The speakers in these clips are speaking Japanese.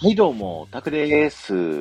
はいどうも、タクです。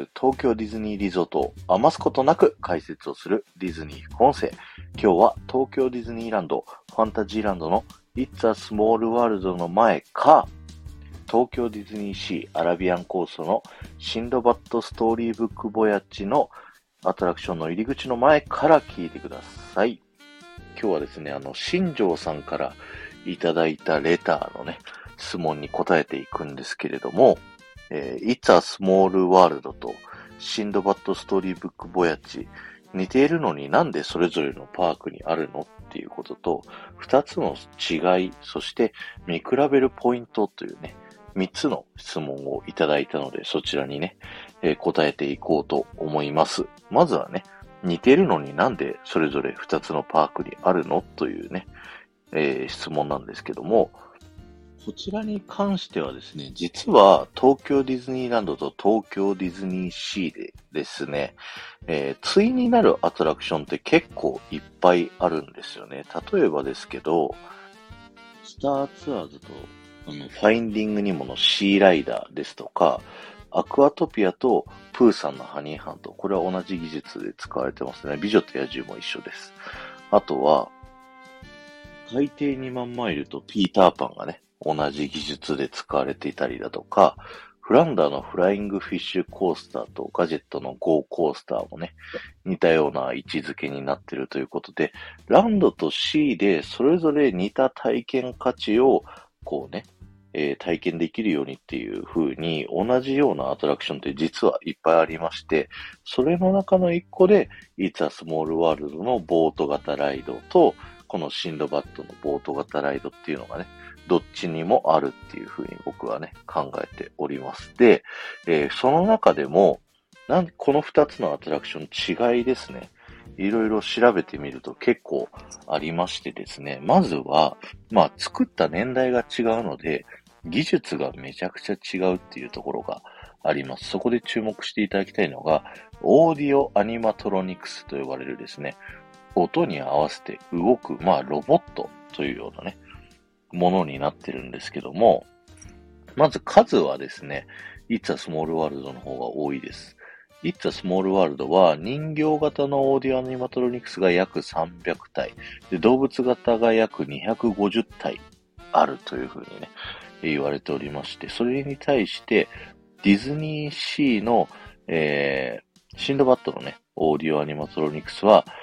東京ディズニーリゾートを余すことなく解説をするディズニー副音声。今日は東京ディズニーランド、ファンタジーランドの It's a Small World の前か、東京ディズニーシーアラビアンコーストのシンドバッドストーリーブックボヤッジのアトラクションの入り口の前から聞いてください。今日はですね、新庄さんからいただいたレターのね、質問に答えていくんですけれども、It's a Small World とシンドバッドストーリーブックボヤッジ似ているのになんでそれぞれのパークにあるのっていうことと、二つの違い、そして見比べるポイントというね、三つの質問をいただいたので、そちらにね、答えていこうと思います。まずはね、似てるのになんでそれぞれ二つのパークにあるのというね、質問なんですけども、こちらに関してはですね、実は東京ディズニーランドと東京ディズニーシーでですね、対になるアトラクションって結構いっぱいあるんですよね。例えばですけど、スターツアーズとファインディングニモのシーライダーですとか、アクアトピアとプーさんのハニーハント、これは同じ技術で使われてますね。美女と野獣も一緒です。あとは、海底2万マイルとピーターパンがね、同じ技術で使われていたりだとか、フランダーのフライングフィッシュコースターとガジェットのゴーコースターもね、似たような位置づけになっているということで、ランドとシーでそれぞれ似た体験価値をこうね、体験できるようにっていう風に同じようなアトラクションって実はいっぱいありまして、それの中の一個で、It's a Small World のボート型ライドと、このシンドバッドのボート型ライドっていうのがね、どっちにもあるっていう風に僕はね、考えております。で、その中でも、この二つのアトラクション違いですね。いろいろ調べてみると結構ありましてですね。まずは、作った年代が違うので、技術がめちゃくちゃ違うっていうところがあります。そこで注目していただきたいのが、オーディオアニマトロニクスと呼ばれるですね、音に合わせて動く、ロボットというようなね、ものになってるんですけども、まず数はですね、It's a Small World の方が多いです。It's a Small World は人形型のオーディオアニマトロニクスが約300体、で動物型が約250体あるというふうにね、言われておりまして、それに対してディズニーシーの、シンドバッドのね、オーディオアニマトロニクスは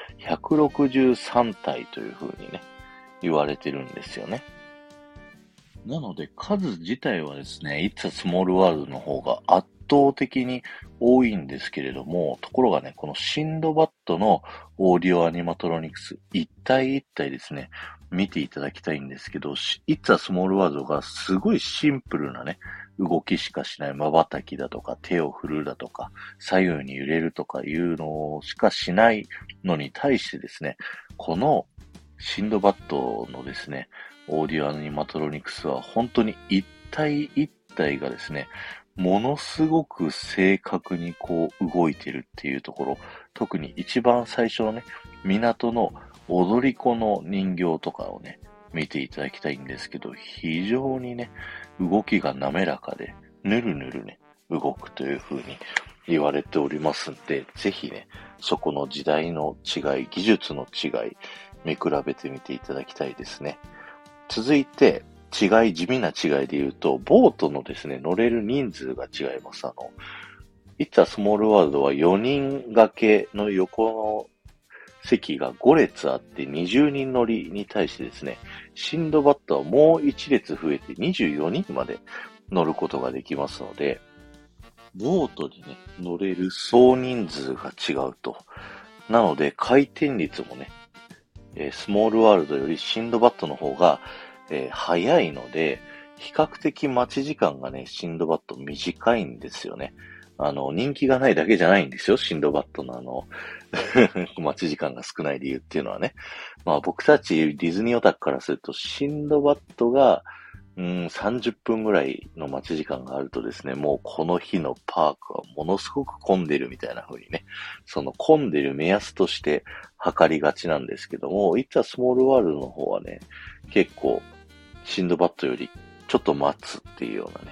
163体というふうにね、言われてるんですよね。なので、数自体はですね、It's a Small World の方が圧倒的に多いんですけれども、ところがね、このシンドバッドのオーディオアニマトロニクス、一体一体ですね、見ていただきたいんですけど、It's a Small World がすごいシンプルなね、動きしかしない、瞬きだとか、手を振るだとか、左右に揺れるとかいうのしかしないのに対してですね、このシンドバッドのですね、オーディオアニマトロニクスは本当に一体一体がですね、ものすごく正確にこう動いてるっていうところ、特に一番最初のね、港の踊り子の人形とかをね、見ていただきたいんですけど、非常にね、動きが滑らかで、ぬるぬるね、動くという風に言われておりますんで、ぜひね、そこの時代の違い、技術の違い、見比べてみていただきたいですね。続いて、地味な違いで言うと、ボートのですね、乗れる人数が違います。It's a Small World は4人掛けの横の席が5列あって20人乗りに対してですね、シンドバッドはもう1列増えて24人まで乗ることができますので、ボートにね、乗れる総人数が違うと。なので、回転率もね、スモールワールドよりシンドバッドの方が、早いので、比較的待ち時間がね、シンドバッド短いんですよね。人気がないだけじゃないんですよ、シンドバッドの待ち時間が少ない理由っていうのはね。僕たちディズニーオタクからすると、シンドバッドが、30分ぐらいの待ち時間があるとですね、もうこの日のパークはものすごく混んでるみたいな風にね、その混んでる目安として測りがちなんですけども、It's a Small World の方はね、結構、シンドバッドよりちょっと待つっていうようなね、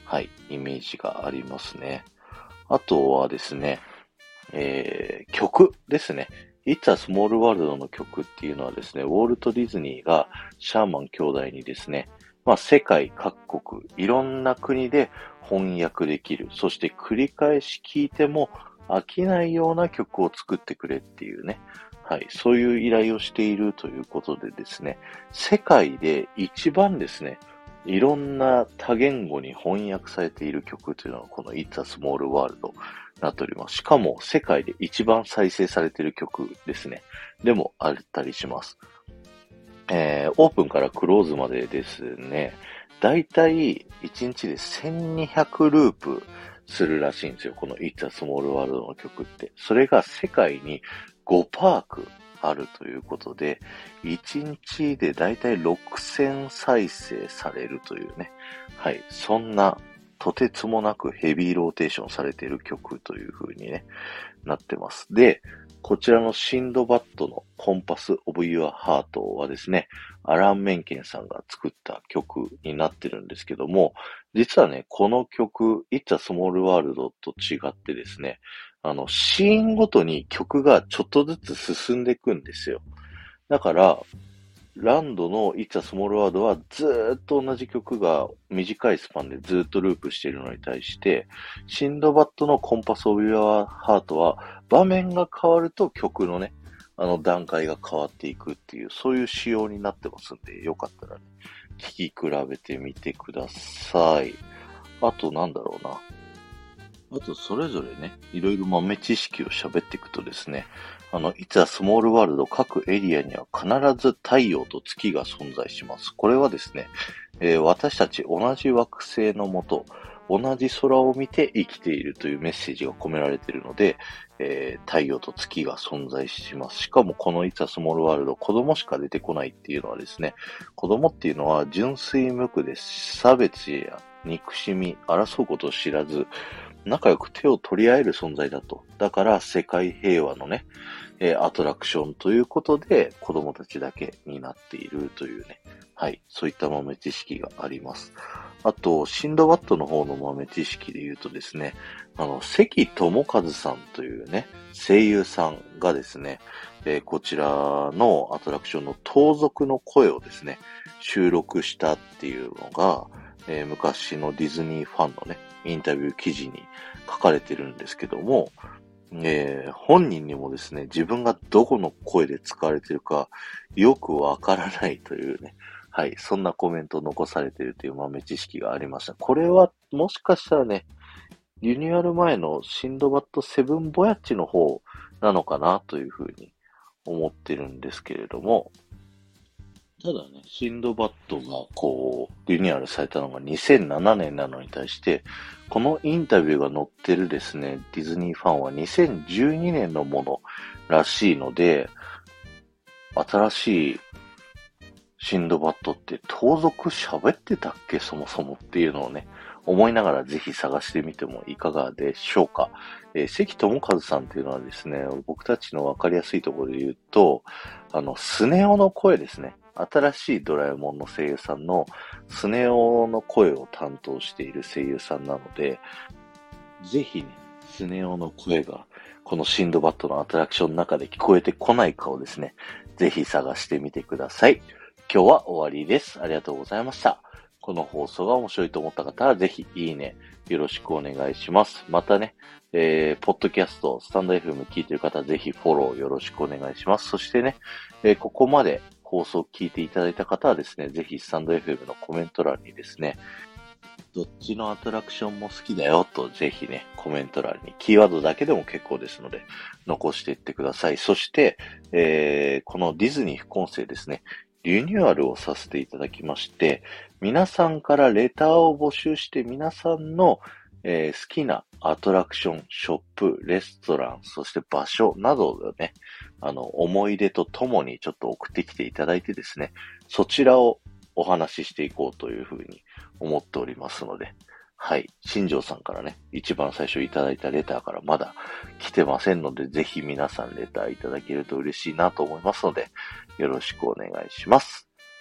はい、イメージがありますね。あとはですね、曲ですね。It's a Small World の曲っていうのはですね、ウォルト・ディズニーがシャーマン兄弟にですね、世界各国、いろんな国で翻訳できる、そして繰り返し聴いても飽きないような曲を作ってくれっていうね、はい、そういう依頼をしているということでですね、世界で一番ですね、いろんな多言語に翻訳されている曲というのがこの It's a Small Worldなっております。しかも世界で一番再生されている曲ですね。でもあったりします。オープンからクローズまでですね、だいたい1日で1200ループするらしいんですよ。この It's a Small World の曲って。それが世界に5パークあるということで、1日でだいたい6000再生されるというね。はい。そんなとてつもなくヘビーローテーションされている曲という風にね、なってます。で、こちらのシンドバッドのコンパス・オブ・ユア・ハートはですね、アラン・メンケンさんが作った曲になってるんですけども、実はね、この曲、It's a Small World と違ってですね、シーンごとに曲がちょっとずつ進んでいくんですよ。だから、ランドの It's a Small World はずーっと同じ曲が短いスパンでずーっとループしているのに対して、シンドバッドのコンパスオブ・ユア・ハートは場面が変わると曲のね、段階が変わっていくっていう、そういう仕様になってますんで、よかったらね、聴き比べてみてください。あとなんだろうな。あと、それぞれね、いろいろ豆知識を喋っていくとですね、It's a Small World 各エリアには必ず太陽と月が存在します。これはですね、私たち同じ惑星のもと、同じ空を見て生きているというメッセージが込められているので、太陽と月が存在します。しかもこのIt's a Small World、子供しか出てこないっていうのはですね、子供っていうのは純粋無垢で差別や憎しみ、争うことを知らず、仲良く手を取り合える存在だと。だから世界平和のね、アトラクションということで子供たちだけになっているというね。はい。そういった豆知識があります。あと、シンドバッドの方の豆知識で言うとですね、関智一さんというね、声優さんがですね、こちらのアトラクションの盗賊の声をですね、収録したっていうのが、昔のディズニーファンのね、インタビュー記事に書かれてるんですけども、本人にもですね、自分がどこの声で使われてるかよくわからないというね、はい、そんなコメントを残されているという豆知識がありました。これはもしかしたらね、リニューアル前のシンドバッドセブンボヤッチの方なのかなというふうに思ってるんですけれども、ただね、シンドバッドがリニューアルされたのが2007年なのに対して、このインタビューが載ってるですね、ディズニーファンは2012年のものらしいので、新しいシンドバッドって盗賊喋ってたっけそもそもっていうのをね、思いながらぜひ探してみてもいかがでしょうか。関智一さんっていうのはですね、僕たちのわかりやすいところで言うと、スネ夫の声ですね。新しいドラえもんの声優さんのスネ夫の声を担当している声優さんなので、ぜひね、スネ夫の声がこのシンドバッドのアトラクションの中で聞こえてこないかをですね、ぜひ探してみてください。今日は終わりです。ありがとうございました。この放送が面白いと思った方はぜひいいね、よろしくお願いします。またね、ポッドキャスト、スタンド FM 聞いてる方はぜひフォローよろしくお願いします。そしてね、ここまで放送聞いていただいた方はですね、ぜひスタンド FM のコメント欄にですね、どっちのアトラクションも好きだよとぜひね、コメント欄にキーワードだけでも結構ですので、残していってください。そして、このディズニー副音声ですね、リニューアルをさせていただきまして、皆さんからレターを募集して皆さんの、好きなアトラクション、ショップ、レストラン、そして場所などをね、思い出とともにちょっと送ってきていただいてですね、そちらをお話ししていこうというふうに思っておりますので、はい。新庄さんからね、一番最初いただいたレターからまだ来てませんので、ぜひ皆さんレターいただけると嬉しいなと思いますので、よろしくお願いします。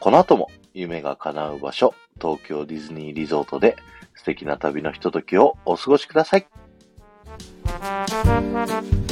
この後も夢が叶う場所、東京ディズニーリゾートで素敵な旅のひとときをお過ごしください。